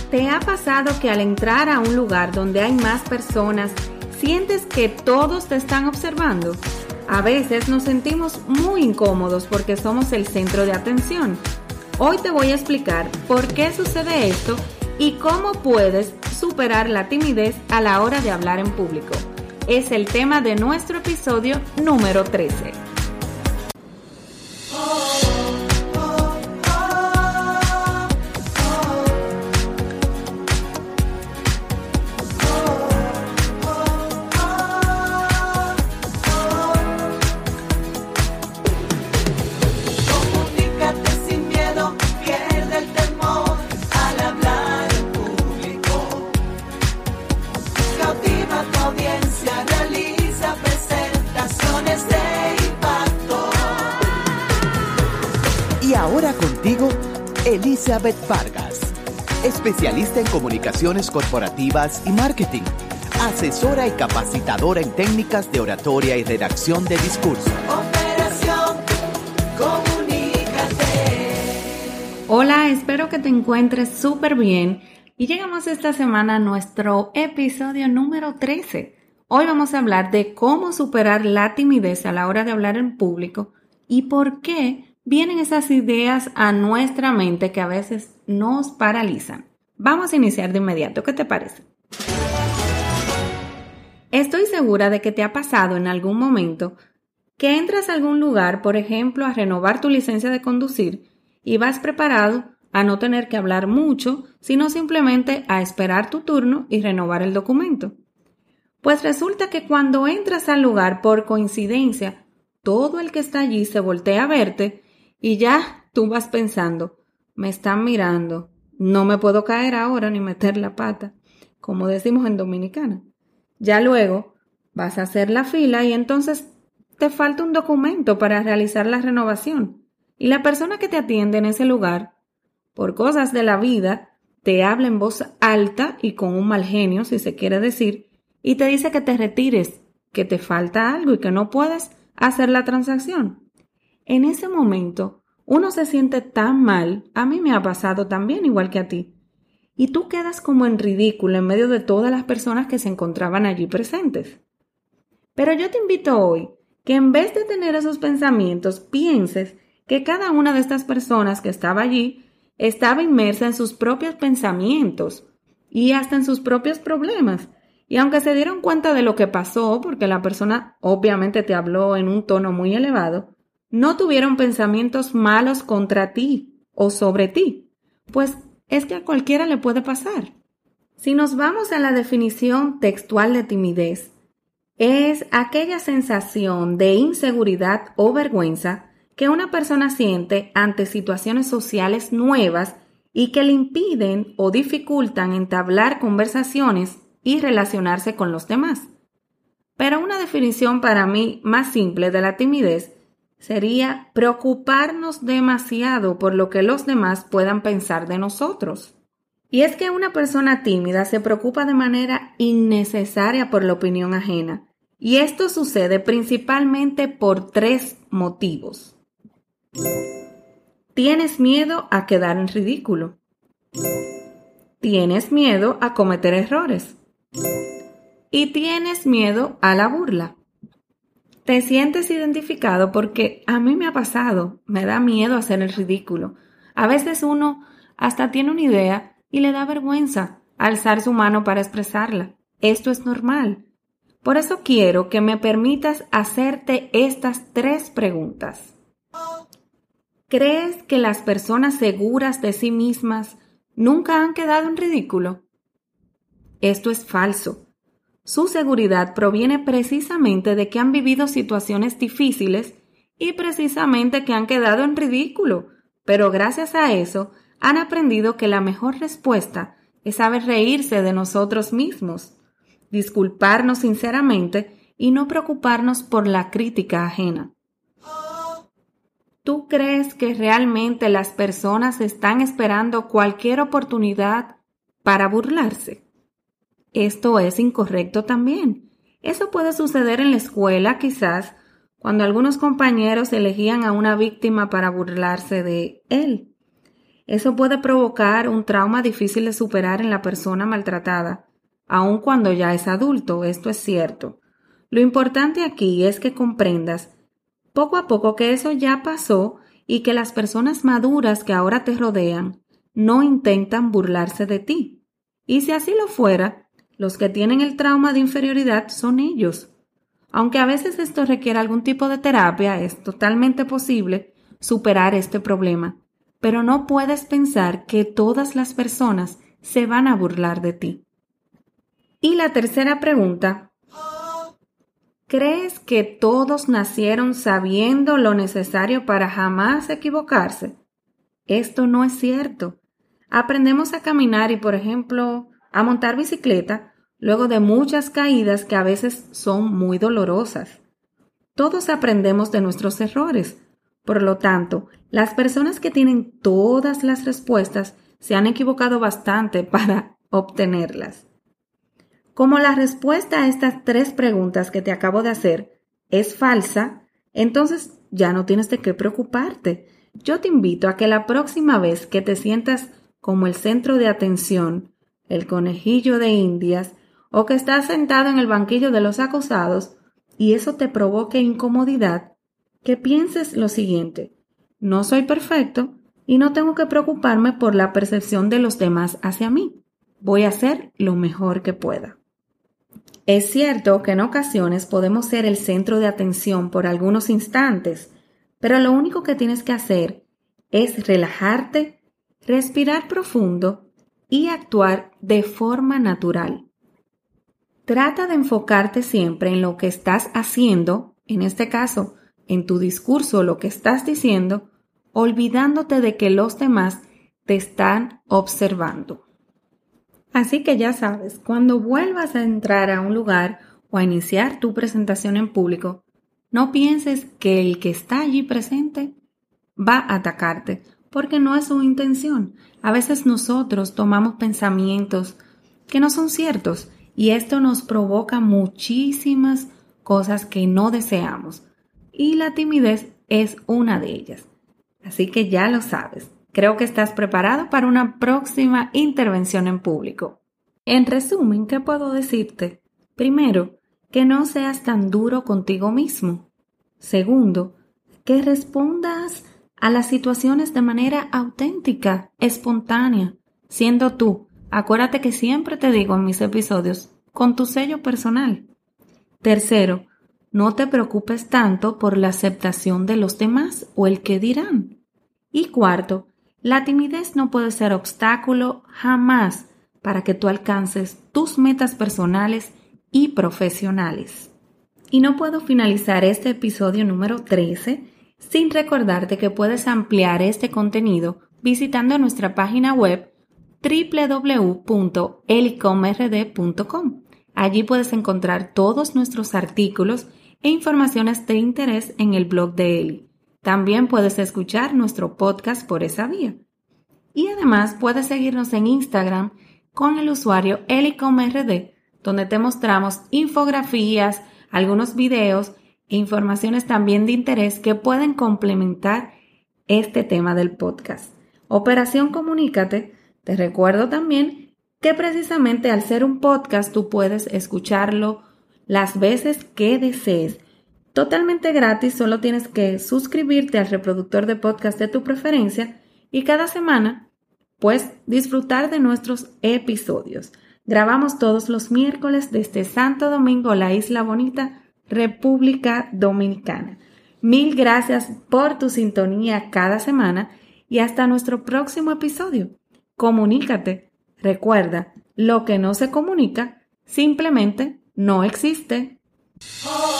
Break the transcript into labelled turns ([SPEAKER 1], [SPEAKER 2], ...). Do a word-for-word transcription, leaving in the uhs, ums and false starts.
[SPEAKER 1] ¿Te ha pasado que al entrar a un lugar donde hay más personas, sientes que todos te están observando? A veces nos sentimos muy incómodos porque somos el centro de atención. Hoy te voy a explicar por qué sucede esto y cómo puedes superar la timidez a la hora de hablar en público. Es el tema de nuestro episodio número trece.
[SPEAKER 2] Y ahora contigo, Elizabeth Vargas, especialista en comunicaciones corporativas y marketing, asesora y capacitadora en técnicas de oratoria y redacción de discurso.
[SPEAKER 3] Operación Comunícate.
[SPEAKER 1] Hola, espero que te encuentres súper bien y llegamos esta semana a nuestro episodio número trece. Hoy vamos a hablar de cómo superar la timidez a la hora de hablar en público y por qué vienen esas ideas a nuestra mente que a veces nos paralizan. Vamos a iniciar de inmediato, ¿qué te parece? Estoy segura de que te ha pasado en algún momento que entras a algún lugar, por ejemplo, a renovar tu licencia de conducir y vas preparado a no tener que hablar mucho, sino simplemente a esperar tu turno y renovar el documento. Pues resulta que cuando entras al lugar, por coincidencia, todo el que está allí se voltea a verte y ya tú vas pensando, me están mirando, no me puedo caer ahora ni meter la pata, como decimos en Dominicana. Ya luego vas a hacer la fila y entonces te falta un documento para realizar la renovación. Y la persona que te atiende en ese lugar, por cosas de la vida, te habla en voz alta y con un mal genio, si se quiere decir, y te dice que te retires, que te falta algo y que no puedes hacer la transacción. En ese momento, uno se siente tan mal, a mí me ha pasado también igual que a ti, y tú quedas como en ridículo en medio de todas las personas que se encontraban allí presentes. Pero yo te invito hoy que en vez de tener esos pensamientos, pienses que cada una de estas personas que estaba allí estaba inmersa en sus propios pensamientos y hasta en sus propios problemas. Y aunque se dieron cuenta de lo que pasó, porque la persona obviamente te habló en un tono muy elevado, no tuvieron pensamientos malos contra ti o sobre ti, pues es que a cualquiera le puede pasar. Si nos vamos a la definición textual de timidez, es aquella sensación de inseguridad o vergüenza que una persona siente ante situaciones sociales nuevas y que le impiden o dificultan entablar conversaciones y relacionarse con los demás. Pero una definición para mí más simple de la timidez sería preocuparnos demasiado por lo que los demás puedan pensar de nosotros. Y es que una persona tímida se preocupa de manera innecesaria por la opinión ajena. Y esto sucede principalmente por tres motivos. Tienes miedo a quedar en ridículo. Tienes miedo a cometer errores. Y tienes miedo a la burla. Te sientes identificado porque a mí me ha pasado, me da miedo hacer el ridículo. A veces uno hasta tiene una idea y le da vergüenza alzar su mano para expresarla. Esto es normal. Por eso quiero que me permitas hacerte estas tres preguntas. ¿Crees que las personas seguras de sí mismas nunca han quedado en ridículo? Esto es falso. Su seguridad proviene precisamente de que han vivido situaciones difíciles y precisamente que han quedado en ridículo, pero gracias a eso han aprendido que la mejor respuesta es saber reírse de nosotros mismos, disculparnos sinceramente y no preocuparnos por la crítica ajena. ¿Tú crees que realmente las personas están esperando cualquier oportunidad para burlarse? Esto es incorrecto también. Eso puede suceder en la escuela, quizás, cuando algunos compañeros elegían a una víctima para burlarse de él. eso puede provocar un trauma difícil de superar en la persona maltratada, aun cuando ya es adulto, esto es cierto. Lo importante aquí es que comprendas poco a poco que eso ya pasó y que las personas maduras que ahora te rodean no intentan burlarse de ti. Y si así lo fuera, los que tienen el trauma de inferioridad son ellos. Aunque a veces esto requiere algún tipo de terapia, es totalmente posible superar este problema. Pero no puedes pensar que todas las personas se van a burlar de ti. Y la tercera pregunta, ¿crees que todos nacieron sabiendo lo necesario para jamás equivocarse? Esto no es cierto. Aprendemos a caminar y, por ejemplo, a montar bicicleta luego de muchas caídas que a veces son muy dolorosas. Todos aprendemos de nuestros errores. Por lo tanto, las personas que tienen todas las respuestas se han equivocado bastante para obtenerlas. Como la respuesta a estas tres preguntas que te acabo de hacer es falsa, entonces ya no tienes de qué preocuparte. Yo te invito a que la próxima vez que te sientas como el centro de atención, el conejillo de Indias, o que estás sentado en el banquillo de los acusados y eso te provoque incomodidad, que pienses lo siguiente: no soy perfecto y no tengo que preocuparme por la percepción de los demás hacia mí. Voy a hacer lo mejor que pueda. Es cierto que en ocasiones podemos ser el centro de atención por algunos instantes, pero lo único que tienes que hacer es relajarte, respirar profundo y actuar de forma natural. Trata de enfocarte siempre en lo que estás haciendo, en este caso, en tu discurso, lo que estás diciendo, olvidándote de que los demás te están observando. Así que ya sabes, cuando vuelvas a entrar a un lugar o a iniciar tu presentación en público, no pienses que el que está allí presente va a atacarte, porque no es su intención. A veces nosotros tomamos pensamientos que no son ciertos y esto nos provoca muchísimas cosas que no deseamos. Y la timidez es una de ellas. Así que ya lo sabes. Creo que estás preparado para una próxima intervención en público. En resumen, ¿qué puedo decirte? Primero, que no seas tan duro contigo mismo. Segundo, que respondas a las situaciones de manera auténtica, espontánea, siendo tú. Acuérdate que siempre te digo en mis episodios, con tu sello personal. Tercero, no te preocupes tanto por la aceptación de los demás o el qué dirán. Y cuarto, la timidez no puede ser obstáculo jamás para que tú alcances tus metas personales y profesionales. Y no puedo finalizar este episodio número trece sin recordarte que puedes ampliar este contenido visitando nuestra página web doble u doble u doble u punto elicom r d punto com. Allí puedes encontrar todos nuestros artículos e informaciones de interés en el blog de Eli. También puedes escuchar nuestro podcast por esa vía. Y además puedes seguirnos en Instagram con el usuario elicomrd, donde te mostramos infografías, algunos videos e informaciones también de interés que pueden complementar este tema del podcast. Operación Comunícate, te recuerdo también que precisamente al ser un podcast tú puedes escucharlo las veces que desees. Totalmente gratis, solo tienes que suscribirte al reproductor de podcast de tu preferencia y cada semana, pues, disfrutar de nuestros episodios. Grabamos todos los miércoles desde Santo Domingo, la Isla Bonita, República Dominicana. Mil gracias por tu sintonía cada semana y hasta nuestro próximo episodio. Comunícate. Recuerda, lo que no se comunica simplemente no existe. Oh.